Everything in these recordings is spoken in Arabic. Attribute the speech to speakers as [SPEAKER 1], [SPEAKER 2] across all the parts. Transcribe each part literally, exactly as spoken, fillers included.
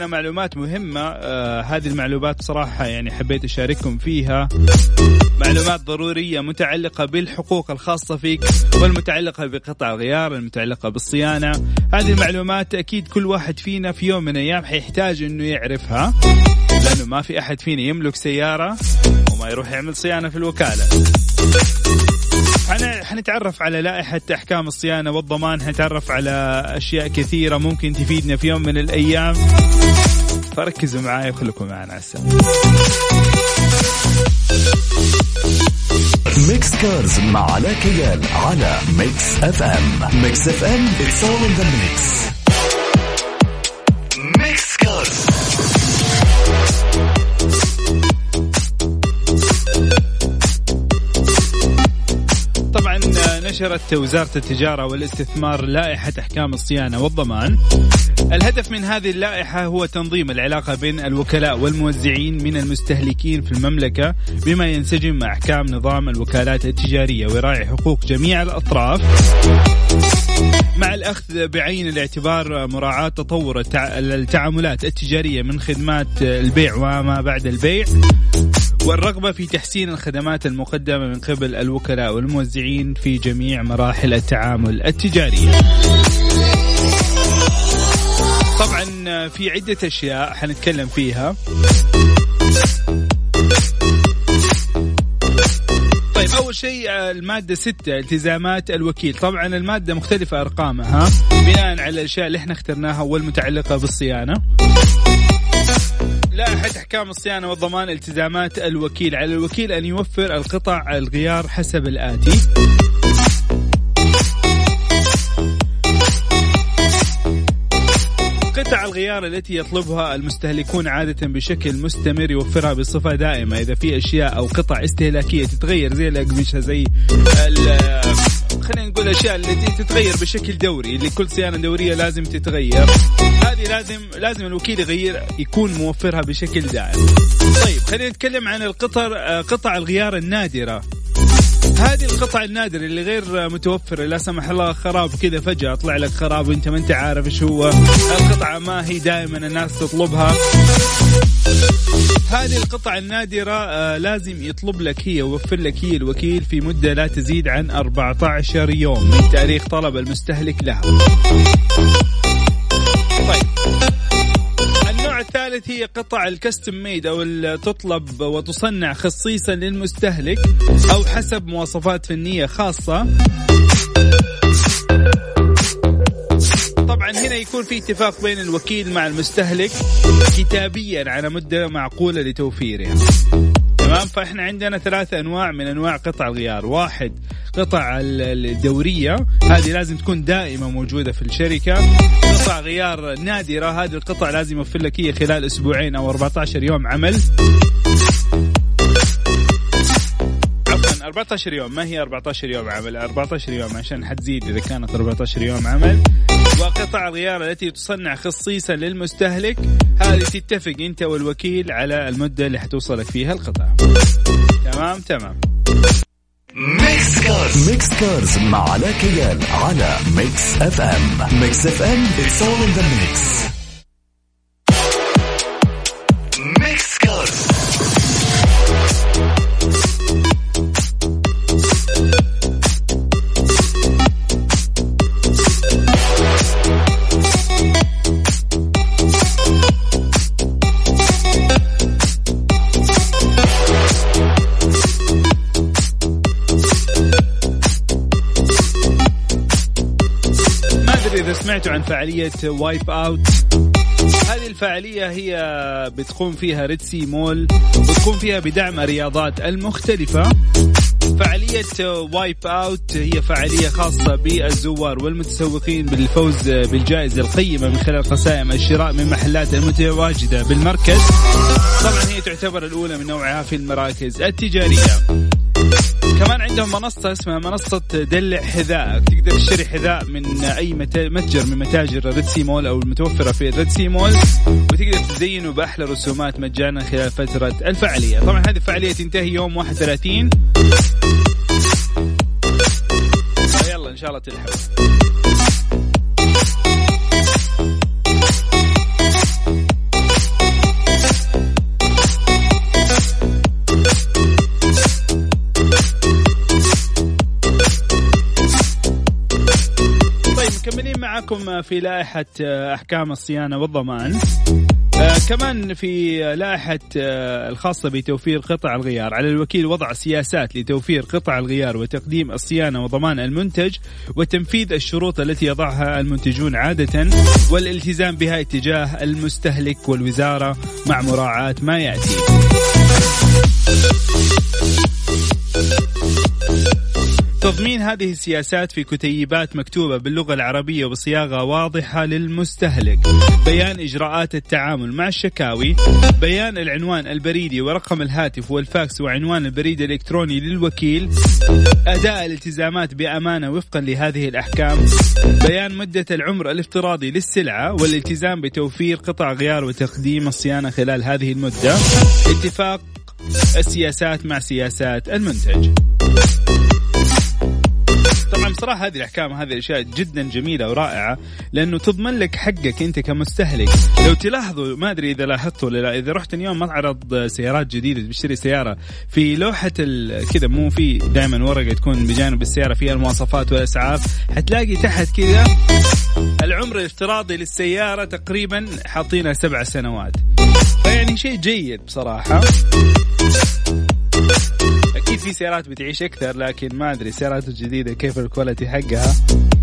[SPEAKER 1] معلومات مهمة. آه هذه المعلومات بصراحة يعني حبيت أشارككم فيها، معلومات ضرورية متعلقة بالحقوق الخاصة فيك والمتعلقة بقطع الغيار، المتعلقة بالصيانة. هذه المعلومات أكيد كل واحد فينا في يوم من الأيام حيحتاج إنه يعرفها، لأنه ما في أحد فينا يملك سيارة وما يروح يعمل صيانة في الوكالة. حنتعرف على لائحة أحكام الصيانة والضمان، حنتعرف على أشياء كثيرة ممكن تفيدنا في يوم من الأيام، فركزوا معايا وخلكم معنا على السلامة.
[SPEAKER 2] ميكس كارز مع علاء كيال على ميكس اف ام. ميكس اف ام it's all in the mix. ميكس كارز.
[SPEAKER 1] طبعا نشرت وزارة التجارة والاستثمار لائحة أحكام الصيانة والضمان. الهدف من هذه اللائحة هو تنظيم العلاقة بين الوكلاء والموزعين من المستهلكين في المملكة بما ينسجم مع أحكام نظام الوكالات التجارية، ويراعي حقوق جميع الأطراف مع الأخذ بعين الاعتبار مراعاة تطور التعاملات التجارية من خدمات البيع وما بعد البيع، والرغبة في تحسين الخدمات المقدمة من قبل الوكلاء والموزعين في جميع مراحل التعامل التجاري. طبعا في عدة أشياء حنتكلم فيها. طيب أول شيء المادة ستة التزامات الوكيل. طبعا المادة مختلفة أرقامها بناء على الأشياء اللي احنا اخترناها والمتعلقة بالصيانة. لائحة أحكام الصيانة والضمان. التزامات الوكيل: على الوكيل أن يوفر القطع الغيار حسب الآتي: قطع الغيار التي يطلبها المستهلكون عادة بشكل مستمر يوفرها بصفة دائمة. إذا في أشياء أو قطع استهلاكية تتغير زي الأقمشة، زي خلينا نقول أشياء التي تتغير بشكل دوري، اللي كل صيانة دورية لازم تتغير، هذه لازم لازم الوكيل يغير يكون موفرها بشكل دائم. طيب خلينا نتكلم عن القطع قطع الغيار النادرة. هذه القطع النادرة اللي غير متوفرة، لا سمح الله خراب كذا فجأة طلع لك خراب وانت ما انت عارف ايش هو، القطعة ما هي دائما الناس تطلبها. هذه القطع النادرة آه لازم يطلب لك هي ويوفر لك هي الوكيل في مدة لا تزيد عن أربعة عشر يوم من تاريخ طلب المستهلك لها. طيب النوع الثالث هي قطع الكستم ميد أو تطلب وتصنع خصيصا للمستهلك أو حسب مواصفات فنية خاصة. طبعا هنا يكون في اتفاق بين الوكيل مع المستهلك كتابيا على مدة معقولة لتوفيرها. تمام. فإحنا عندنا ثلاثة أنواع من أنواع قطع الغيار. واحد قطع الدورية، هذه لازم تكون دائمة موجودة في الشركة. قطع غيار نادرة، هذه القطع لازم يوفر لك هي خلال أسبوعين أو أربعة عشر يوم عمل. عفوا أربعة عشر يوم، ما هي أربعة عشر يوم عمل، أربعة عشر يوم عشان حتزيد إذا كانت أربعة عشر يوم عمل. وقطع الغيار التي تصنع خصيصا للمستهلك، هذه تتفق أنت والوكيل على المدة اللي حتوصلك فيها القطع. تمام تمام.
[SPEAKER 2] ميكس كارز. ميكس كارز مع علاء كيال على ميكس اف ام. ميكس اف ام it's all in the mix. ميكس كارز.
[SPEAKER 1] سمعتوا عن فعالية وايب اوت؟ هذه الفعالية هي بتقوم فيها ريدسي مول، وتقوم فيها بدعم الرياضات المختلفة. فعالية وايب اوت هي فعالية خاصة بالزوار والمتسوقين بالفوز بالجائزة القيمة من خلال قسائم الشراء من محلات المتواجدة بالمركز. طبعا هي تعتبر الأولى من نوعها في المراكز التجارية. كمان عندهم منصة اسمها منصة دلع حذاء، تقدر تشتري حذاء من أي متجر من متاجر ريدسي مول أو المتوفرة في ريدسي مول، وتقدر تزينه بأحلى رسومات مجانا خلال فترة الفعالية. طبعا هذه الفعالية تنتهي يوم واحد وثلاثين، يلا إن شاء الله تلحق. معكم في لائحة أحكام الصيانة والضمان. آه كمان في لائحة آه الخاصة بتوفير قطع الغيار، على الوكيل وضع سياسات لتوفير قطع الغيار وتقديم الصيانة وضمان المنتج وتنفيذ الشروط التي يضعها المنتجون عادة والالتزام بها اتجاه المستهلك والوزارة مع مراعاة ما يأتي. تضمين هذه السياسات في كتيبات مكتوبة باللغة العربية وبصياغة واضحة للمستهلك، بيان إجراءات التعامل مع الشكاوي، بيان العنوان البريدي ورقم الهاتف والفاكس وعنوان البريد الإلكتروني للوكيل، أداء الالتزامات بأمانة وفقا لهذه الأحكام، بيان مدة العمر الافتراضي للسلعة والالتزام بتوفير قطع غيار وتقديم الصيانة خلال هذه المدة، اتفاق السياسات مع سياسات المنتج. طبعا بصراحة هذه الأحكام هذه الأشياء جدا جميلة ورائعة، لأنه تضمن لك حقك أنت كمستهلك. لو تلاحظوا، ما أدري إذا لاحظتوا ولا لا، إذا رحت اليوم معرض سيارات جديدة بشتري سيارة، في لوحة كذا مو في دائما ورقة تكون بجانب السيارة فيها المواصفات والأسعار، حتلاقي تحت كذا العمر الافتراضي للسيارة تقريبا حاطينها سبع سنوات، فيعني شيء جيد بصراحة. أكيد في سيارات بتعيش أكثر، لكن ما أدري السيارات الجديدة كيف الكواليتي حقها.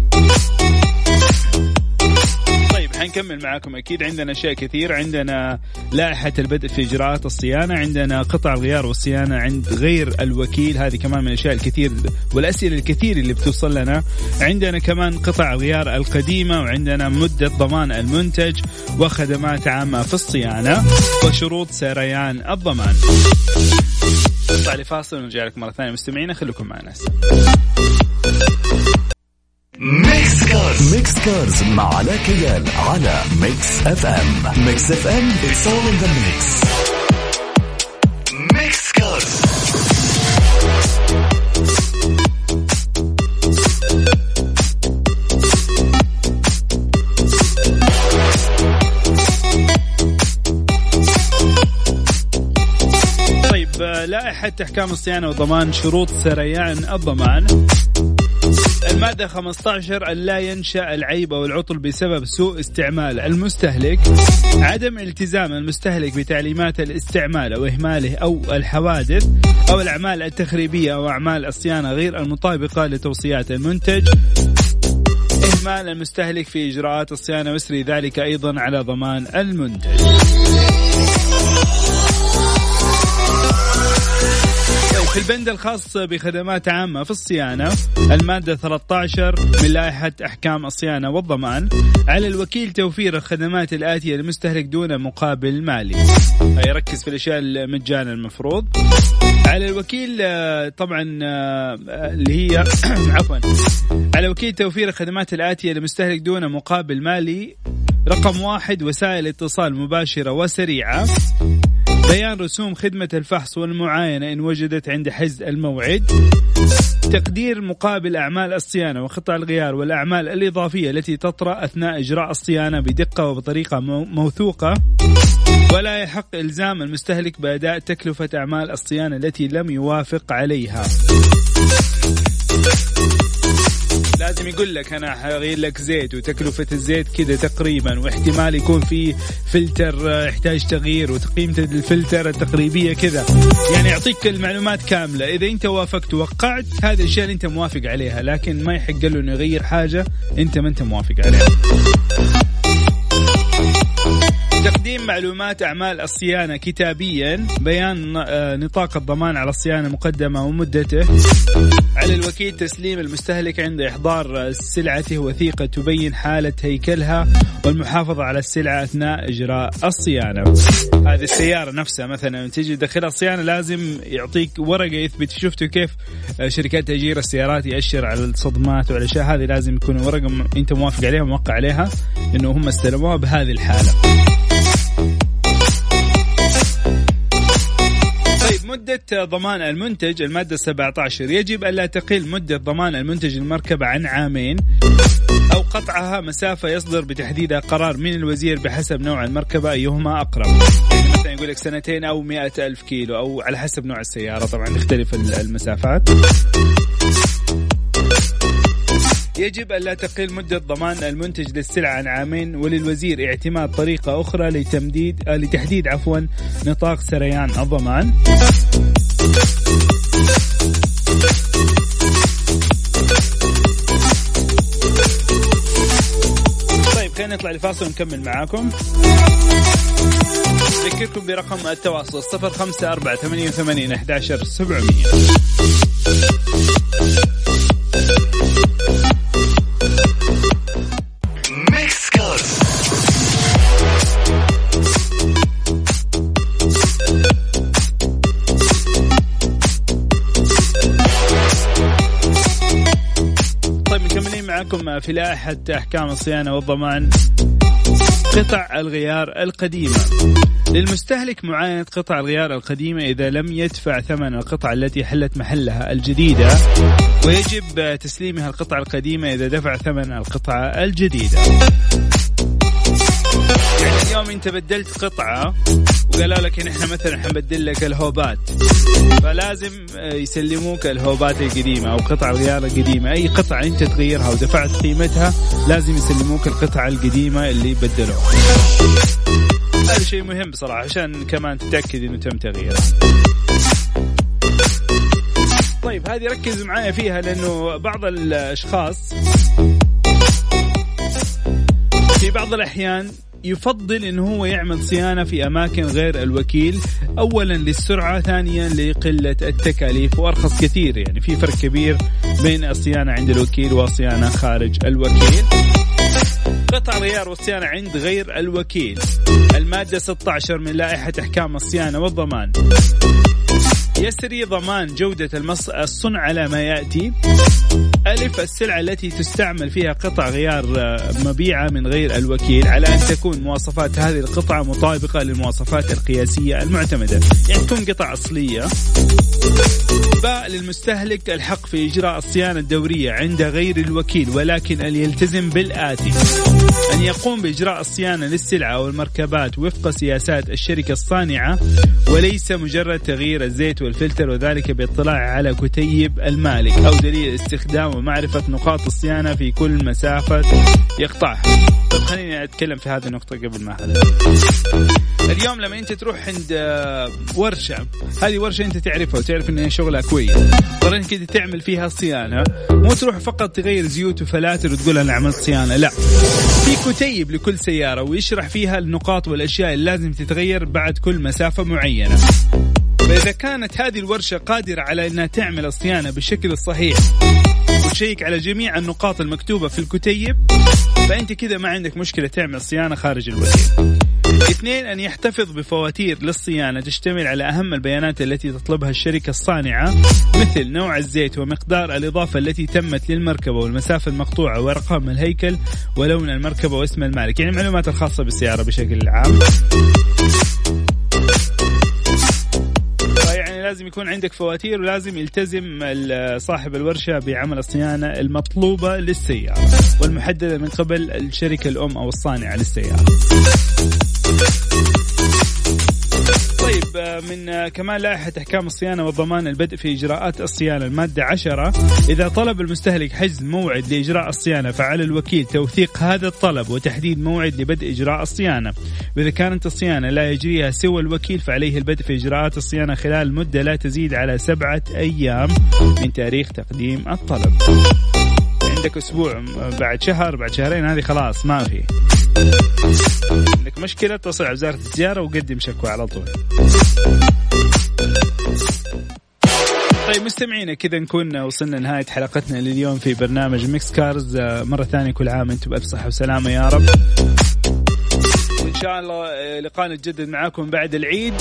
[SPEAKER 1] طيب حنكمل معاكم. أكيد عندنا أشياء كثير، عندنا لائحة البدء في إجراءات الصيانة، عندنا قطع الغيار والصيانة عند غير الوكيل، هذه كمان من الأشياء الكثير والأسئلة الكثير اللي بتوصل لنا. عندنا كمان قطع الغيار القديمة، وعندنا مدة ضمان المنتج وخدمات عامة في الصيانة وشروط سريان الضمان. نطلع لفاصل ونرجع لكم مرة ثانية مستمعين، خليكم معنا.
[SPEAKER 2] ميكس كارز ميكس كارز مع علاء كيال على ميكس اف ام. ميكس اف ام it's all in the mix. ميكس كارز.
[SPEAKER 1] لائحة أحكام الصيانة وضمان شروط سريان الضمان. المادة خمسة عشر، لا ينشأ العيب أو العطل بسبب سوء استعمال المستهلك، عدم التزام المستهلك بتعليمات الاستعمال أو إهماله أو الحوادث أو الأعمال التخريبية أو أعمال الصيانة غير المطابقة لتوصيات المنتج، إهمال المستهلك في إجراءات الصيانة ويسري ذلك أيضا على ضمان المنتج. في البند الخاص بخدمات عامة في الصيانة، المادة ثلاثة عشر من لائحة أحكام الصيانة والضمان، على الوكيل توفير الخدمات الآتية للمستهلك دون مقابل مالي. يركز في الأشياء المجانا المفروض على الوكيل. طبعا اللي هي عفوا على الوكيل توفير الخدمات الآتية للمستهلك دون مقابل مالي. رقم واحد، وسائل اتصال مباشرة وسريعة، بيان رسوم خدمة الفحص والمعاينة إن وجدت عند حجز الموعد، تقدير مقابل أعمال الصيانة وقطع الغيار والأعمال الإضافية التي تطرأ أثناء إجراء الصيانة بدقة وبطريقة موثوقة، ولا يحق إلزام المستهلك بأداء تكلفة أعمال الصيانة التي لم يوافق عليها. لازم يقول لك أنا هغير لك زيت وتكلفة الزيت كده تقريبا، واحتمال يكون في فلتر يحتاج تغيير وتقييمة الفلتر التقريبية كذا، يعني يعطيك المعلومات كاملة. إذا أنت وافقت وقعت هذه الأشياء اللي أنت موافق عليها، لكن ما يحق له إنه يغير حاجة أنت ما أنت موافق عليها. تقديم معلومات أعمال الصيانة كتابيا، بيان نطاق الضمان على الصيانة مقدمة ومدته، على الوكيل تسليم المستهلك عند إحضار سلعته وثيقة تبين حالة هيكلها والمحافظة على السلعة أثناء إجراء الصيانة. هذه السيارة نفسها مثلا تيجي داخلها الصيانة لازم يعطيك ورقة يثبت. شفتوا كيف شركات تأجير السيارات يأشر على الصدمات والأشياء هذه، لازم يكون ورقة أنت موافق عليها وموقع عليها إنه هم استلموها بهذه الحالة. مدة ضمان المنتج، المادة سبعة عشر، يجب ألا تقل مدة ضمان المنتج المركبة عن عامين أو قطعها مسافة يصدر بتحديدها قرار من الوزير بحسب نوع المركبة أيهما أقرب. يعني مثلا يقول لك سنتين أو مئة ألف كيلو، أو على حسب نوع السيارة طبعا يختلف المسافات. يجب أن لا تقل مدة ضمان المنتج للسلعة عن عامين، وللوزير اعتماد طريقة أخرى لتمديد آه لتحديد عفوا نطاق سريان الضمان. طيب خلينا نطلع لفاصل ونكمل معاكم. أذكركم برقم التواصل صفر خمسة أربعة ثمانية ثمانية أحد عشر سبعمية.
[SPEAKER 2] ميكس كارز.
[SPEAKER 1] طيب مكملين معكم في لائحة أحكام الصيانة والضمان. قطع الغيار القديمة. للمستهلك معاينة قطع الغيار القديمة إذا لم يدفع ثمن القطعة التي حلت محلها الجديدة، ويجب تسليمها القطعة القديمة إذا دفع ثمن القطعة الجديدة. يعني اليوم أنت بدلت قطعة وقالوا لك إن إحنا مثلا حنبدل لك الهوبات، فلازم يسلموك الهوبات القديمة أو قطع الغيار القديمة. أي قطعة أنت تغيرها ودفعت قيمتها لازم يسلموك القطعة القديمة اللي بدلوها. هذا شيء مهم بصراحة عشان كمان تتأكد إنه تم تغييرها. طيب هذه ركز معايا فيها، لأنه بعض الأشخاص في بعض الأحيان يفضل إنه هو يعمل صيانة في أماكن غير الوكيل، أولا للسرعة، ثانيا لقلة التكاليف، وأرخص كثير. يعني في فرق كبير بين الصيانة عند الوكيل والصيانة خارج الوكيل. قطع الغيار والصيانة عند غير الوكيل. المادة ستة عشر من لائحة أحكام الصيانة والضمان. يسري ضمان جودة المص... الصنع على ما يأتي. ألف السلعة التي تستعمل فيها قطع غيار مبيعة من غير الوكيل على أن تكون مواصفات هذه القطعة مطابقة للمواصفات القياسية المعتمدة، يعني تكون قطع أصلية. باء للمستهلك الحق في إجراء الصيانة الدورية عند غير الوكيل، ولكن أن يلتزم بالآتي: أن يقوم بإجراء الصيانة للسلعة والمركبات وفق سياسات الشركة الصانعة، وليس مجرد تغيير الزيت والفلتر، وذلك باطلاع على كتيب المالك أو دليل استخدام ومعرفة نقاط الصيانة في كل مسافة يقطعها. طب خليني أتكلم في هذه النقطة قبل ما هذا. اليوم لما أنت تروح عند ورشة، هذه ورشة أنت تعرفها وتعرف إن شغلها كويس، طبعا كده تعمل فيها صيانة، مو تروح فقط تغير زيوت وفلاتر وتقول أنا عملت صيانة، لا، في كتيب لكل سيارة ويشرح فيها النقاط والأشياء اللي لازم تتغير بعد كل مسافة معينة. فإذا كانت هذه الورشة قادرة على أنها تعمل الصيانة بالشكل الصحيح وتشيك على جميع النقاط المكتوبة في الكتيب، فأنت كده ما عندك مشكلة تعمل صيانة خارج الوكيل. اثنين، أن يحتفظ بفواتير للصيانة تشتمل على أهم البيانات التي تطلبها الشركة الصانعة، مثل نوع الزيت ومقدار الإضافة التي تمت للمركبة والمسافة المقطوعة ورقم الهيكل ولون المركبة واسم المالك، يعني المعلومات الخاصة بالسيارة بشكل عام. لازم يكون عندك فواتير، ولازم يلتزم صاحب الورشة بعمل الصيانة المطلوبة للسيارة والمحددة من قبل الشركة الأم أو الصانعة للسيارة. طيب من كمان لائحة أحكام الصيانة والضمان البدء في إجراءات الصيانة. المادة عشرة: إذا طلب المستهلك حجز موعد لإجراء الصيانة فعلى الوكيل توثيق هذا الطلب وتحديد موعد لبدء إجراء الصيانة، وإذا كانت الصيانة لا يجريها سوى الوكيل فعليه البدء في إجراءات الصيانة خلال مدة لا تزيد على سبعة أيام من تاريخ تقديم الطلب. عندك أسبوع، بعد شهر، بعد شهرين، هذه خلاص ما في. عندك مشكلة اتصل على وزارة التجارة وقدم شكوى على طول. طيب مستمعينا، كذا نكون وصلنا نهاية حلقتنا لليوم في برنامج ميكس كارز. مرة ثانية كل عام أنتم بألف صحة وسلامة يا رب، وإن شاء الله لقاء نتجدد معاكم بعد العيد.